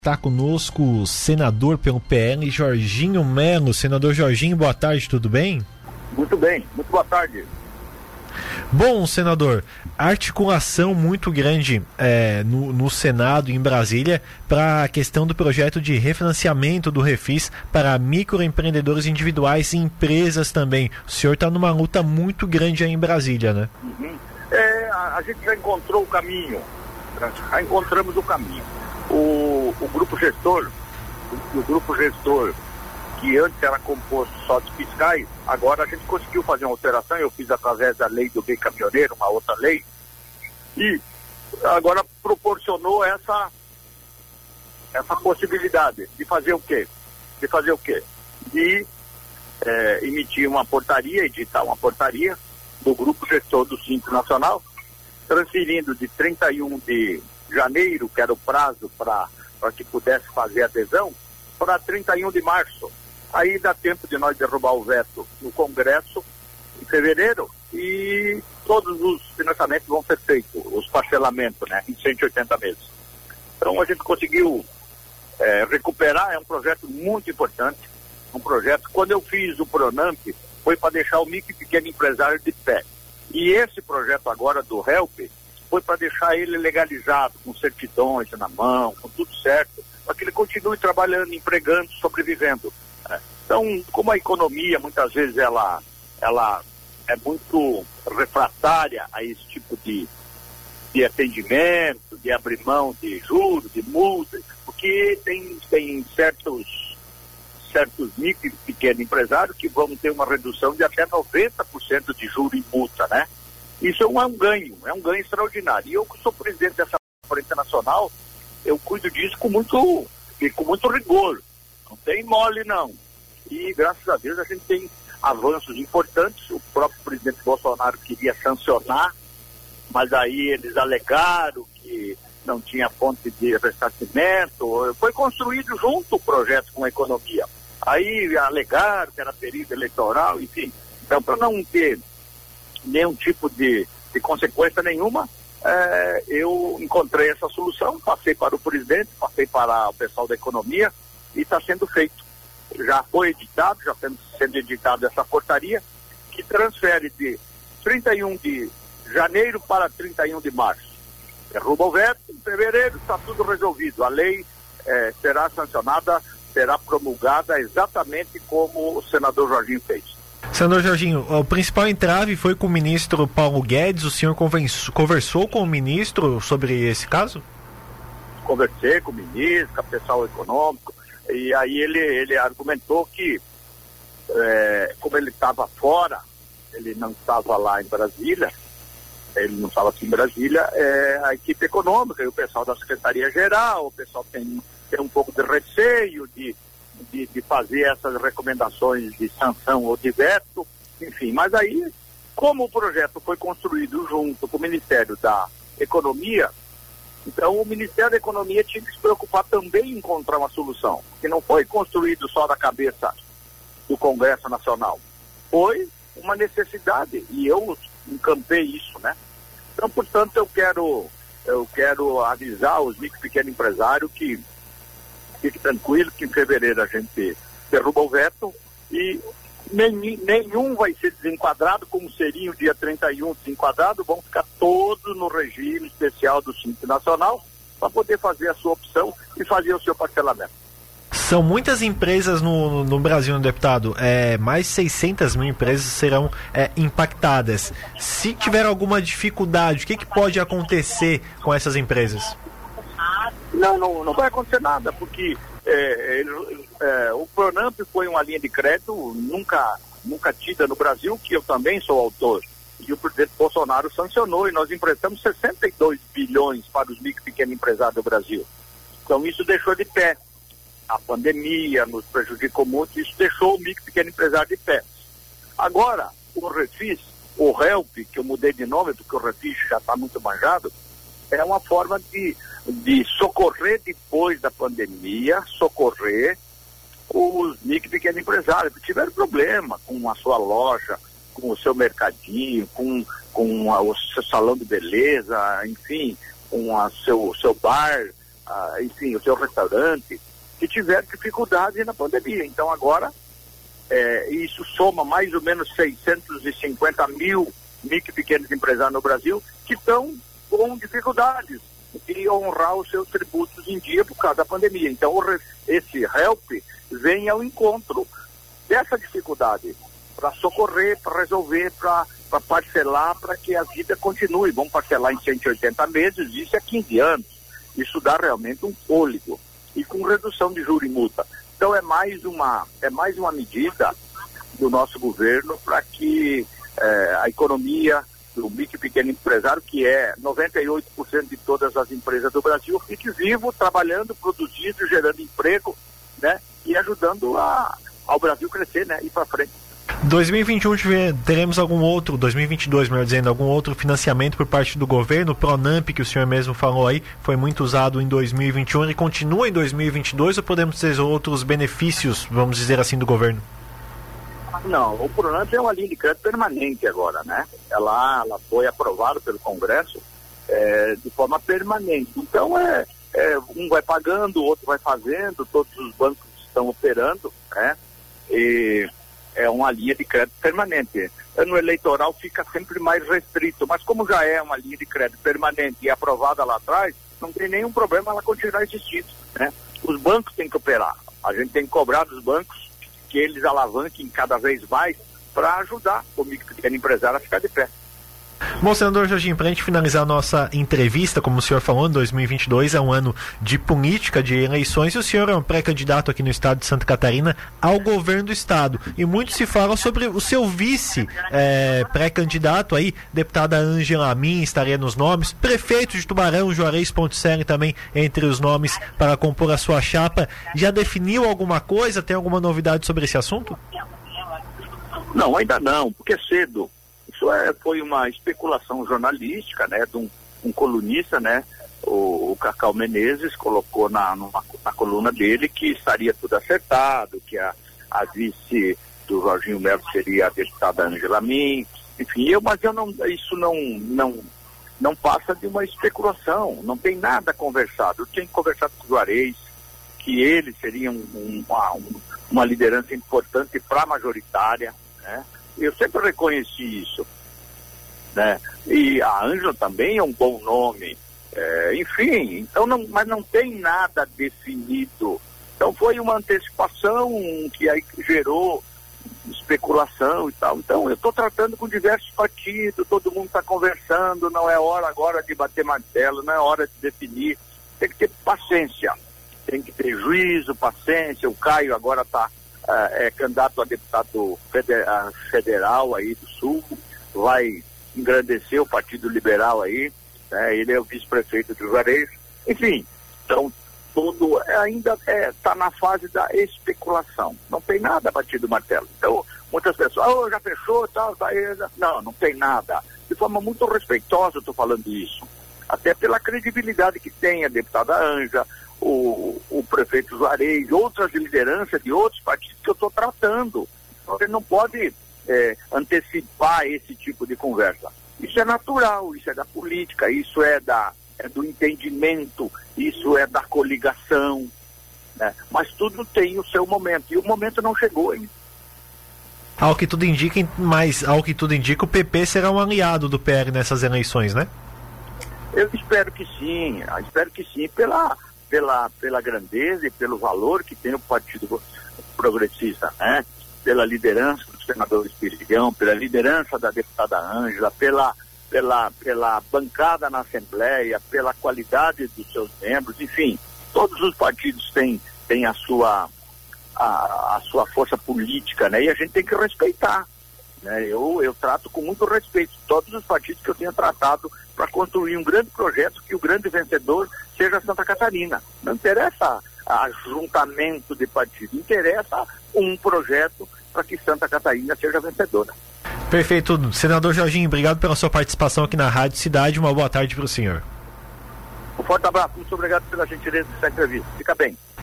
Está conosco o senador pelo PL, Jorginho Melo. Senador Jorginho, boa tarde, tudo bem? Muito bem, muito boa tarde. Bom, senador, articulação muito grande no Senado, em Brasília, para a questão do projeto de refinanciamento do Refis para microempreendedores individuais e empresas também. O senhor está numa luta muito grande aí em Brasília, né? Uhum. A gente já encontrou o caminho, já encontramos o caminho. O grupo gestor, que antes era composto só de fiscais, agora a gente conseguiu fazer uma alteração. Eu fiz através da lei do bem caminhoneiro, uma outra lei, e agora proporcionou essa possibilidade de fazer o quê? De emitir uma portaria, editar uma portaria do grupo gestor do Simples Nacional, transferindo de 31 de janeiro, que era o prazo para que pudesse fazer adesão, para 31 de março. Aí dá tempo de nós derrubar o veto no Congresso em fevereiro e todos os financiamentos vão ser feitos, os parcelamentos, né, em 180 meses. Então a gente conseguiu recuperar. É um projeto muito importante, um projeto. Quando eu fiz o Pronamp, foi para deixar o micro e pequeno empresário de pé. E esse projeto agora do HELP foi para deixar ele legalizado, com certidões na mão, com tudo certo, para que ele continue trabalhando, empregando, sobrevivendo. Então, como a economia, muitas vezes, ela é muito refratária a esse tipo de atendimento, de abrir mão de juros, de multas, porque tem certos micro e pequenos empresários que vão ter uma redução de até 90% de juros e multa, né? Isso é um ganho extraordinário. E eu, que sou presidente dessa Frente Nacional, eu cuido disso com muito rigor. Não tem mole, não. E, graças a Deus, a gente tem avanços importantes. O próprio presidente Bolsonaro queria sancionar, mas aí eles alegaram que não tinha fonte de ressarcimento. Foi construído junto o projeto com a economia. Aí alegaram que era período eleitoral, enfim. Então, para não ter nenhum tipo de consequência nenhuma, eu encontrei essa solução, passei para o presidente, passei para o pessoal da economia e está sendo feito. Já foi editado, já está sendo editada essa portaria que transfere de 31 de janeiro para 31 de março. Derruba o veto, em fevereiro está tudo resolvido. A lei será sancionada, será promulgada exatamente como o senador Jorginho fez. Senador Jorginho, o principal entrave foi com o ministro Paulo Guedes. O senhor conversou com o ministro sobre esse caso? Conversei com o ministro, com o pessoal econômico, e aí ele argumentou que, como ele estava fora, ele não estava lá em Brasília, a equipe econômica e o pessoal da Secretaria-Geral, o pessoal tem um pouco de receio de fazer essas recomendações de sanção ou de veto, enfim. Mas aí, como o projeto foi construído junto com o Ministério da Economia, então o Ministério da Economia tinha que se preocupar também em encontrar uma solução, que não foi construído só da cabeça do Congresso Nacional. Foi uma necessidade e eu encampei isso, né? Então, portanto, eu quero avisar os micro e pequenos empresários que fique tranquilo que em fevereiro a gente derruba o veto e nenhum vai ser desenquadrado, como seria o dia 31 desenquadrado. Vão ficar todos no regime especial do Simples Nacional para poder fazer a sua opção e fazer o seu parcelamento. São muitas empresas no Brasil, deputado. Mais 600 mil empresas serão impactadas. Se tiver alguma dificuldade, o que pode acontecer com essas empresas? Não vai acontecer nada, porque o Pronamp foi uma linha de crédito nunca tida no Brasil, que eu também sou autor. E o presidente Bolsonaro sancionou e nós emprestamos 62 bilhões para os micro e pequenos empresários do Brasil. Então isso deixou de pé. A pandemia nos prejudicou muito, isso deixou o micro e pequeno empresário de pé. Agora, o Refis, o HELP, que eu mudei de nome porque o Refis já está muito manjado, é uma forma de socorrer depois da pandemia, socorrer os micro e pequenos empresários que tiveram problema com a sua loja, com o seu mercadinho, com o seu salão de beleza, enfim, com o seu bar, enfim, o seu restaurante, que tiver dificuldade na pandemia. Então agora, isso soma mais ou menos 650 mil micro e pequenos empresários no Brasil que estão com dificuldades de honrar os seus tributos em dia por causa da pandemia. Então esse HELP vem ao encontro dessa dificuldade para socorrer, para resolver, para parcelar, para que a vida continue. Vamos parcelar em 180 meses, isso é 15 anos. Isso dá realmente um fôlego e com redução de juros e multa. Então é mais uma medida do nosso governo para que a economia do micro e pequeno empresário, que é 98% de todas as empresas do Brasil, fique vivo, trabalhando, produzindo, gerando emprego, né? E ajudando ao Brasil crescer, né? Ir para frente. 2021 teremos 2022, melhor dizendo, algum outro financiamento por parte do governo? O Pronamp, que o senhor mesmo falou aí, foi muito usado em 2021, ele continua em 2022 ou podemos ter outros benefícios, vamos dizer assim, do governo? Não, o Pronamp é uma linha de crédito permanente agora, né? Ela foi aprovada pelo Congresso de forma permanente. Então, um vai pagando, o outro vai fazendo, todos os bancos estão operando, né? E é uma linha de crédito permanente. Ano eleitoral fica sempre mais restrito, mas como já é uma linha de crédito permanente e aprovada lá atrás, não tem nenhum problema ela continuar existindo, né? Os bancos têm que operar. A gente tem que cobrar dos bancos que eles alavanquem cada vez mais para ajudar o micro e pequeno empresário a ficar de pé. Bom, senador Jorginho, para a gente finalizar a nossa entrevista, como o senhor falou, 2022 é um ano de política, de eleições, e o senhor é um pré-candidato aqui no estado de Santa Catarina ao governo do estado. E muito se fala sobre o seu vice pré-candidato aí, deputada Ângela Amin, estaria nos nomes, prefeito de Tubarão, Juarez Ponticelli também entre os nomes para compor a sua chapa. Já definiu alguma coisa? Tem alguma novidade sobre esse assunto? Não, ainda não, porque é cedo. Isso foi uma especulação jornalística, né, de um colunista, né, o Cacau Menezes colocou na coluna dele que estaria tudo acertado, que a vice do Jorginho Melo seria a deputada Ângela Amin, enfim, isso não passa de uma especulação, não tem nada conversado. Eu tinha conversado com o Juarez, que ele seria uma liderança importante para a majoritária, né? Eu sempre reconheci isso, né? E a Ângela também é um bom nome, enfim, então mas não tem nada definido. Então foi uma antecipação que aí gerou especulação e tal. Então eu estou tratando com diversos partidos, todo mundo está conversando, não é hora agora de bater martelo, não é hora de definir, tem que ter paciência, tem que ter juízo, paciência. O Caio agora está candidato a deputado federal aí do Sul, vai engrandecer o Partido Liberal aí, né? Ele é o vice-prefeito de Juarez, enfim, então tudo ainda está na fase da especulação, não tem nada batido o martelo. Então muitas pessoas, já fechou, tal, não tem nada, de forma muito respeitosa eu estou falando isso, até pela credibilidade que tem a deputada Ângela, o prefeito Juarez, outras lideranças de outros partidos que eu estou tratando. Então, ele não pode antecipar esse tipo de conversa. Isso é natural, isso é da política, isso é do entendimento, isso é da coligação, né? Mas tudo tem o seu momento, e o momento não chegou ainda. Ao que tudo indica, o PP será um aliado do PL nessas eleições, né? Eu espero que sim, pela grandeza e pelo valor que tem o Partido Progressista, né? Pela liderança do senador Espirigão, pela liderança da deputada Ângela, pela bancada na Assembleia, pela qualidade dos seus membros, enfim, todos os partidos têm a sua força política, né? E a gente tem que respeitar, né? Eu trato com muito respeito todos os partidos que eu tenho tratado para construir um grande projeto que o grande vencedor seja Santa Catarina. Não interessa ajuntamento de partidos, interessa um projeto para que Santa Catarina seja vencedora. Perfeito. Senador Jorginho, obrigado pela sua participação aqui na Rádio Cidade. Uma boa tarde para o senhor. Um forte abraço, muito obrigado pela gentileza dessa entrevista. Fica bem.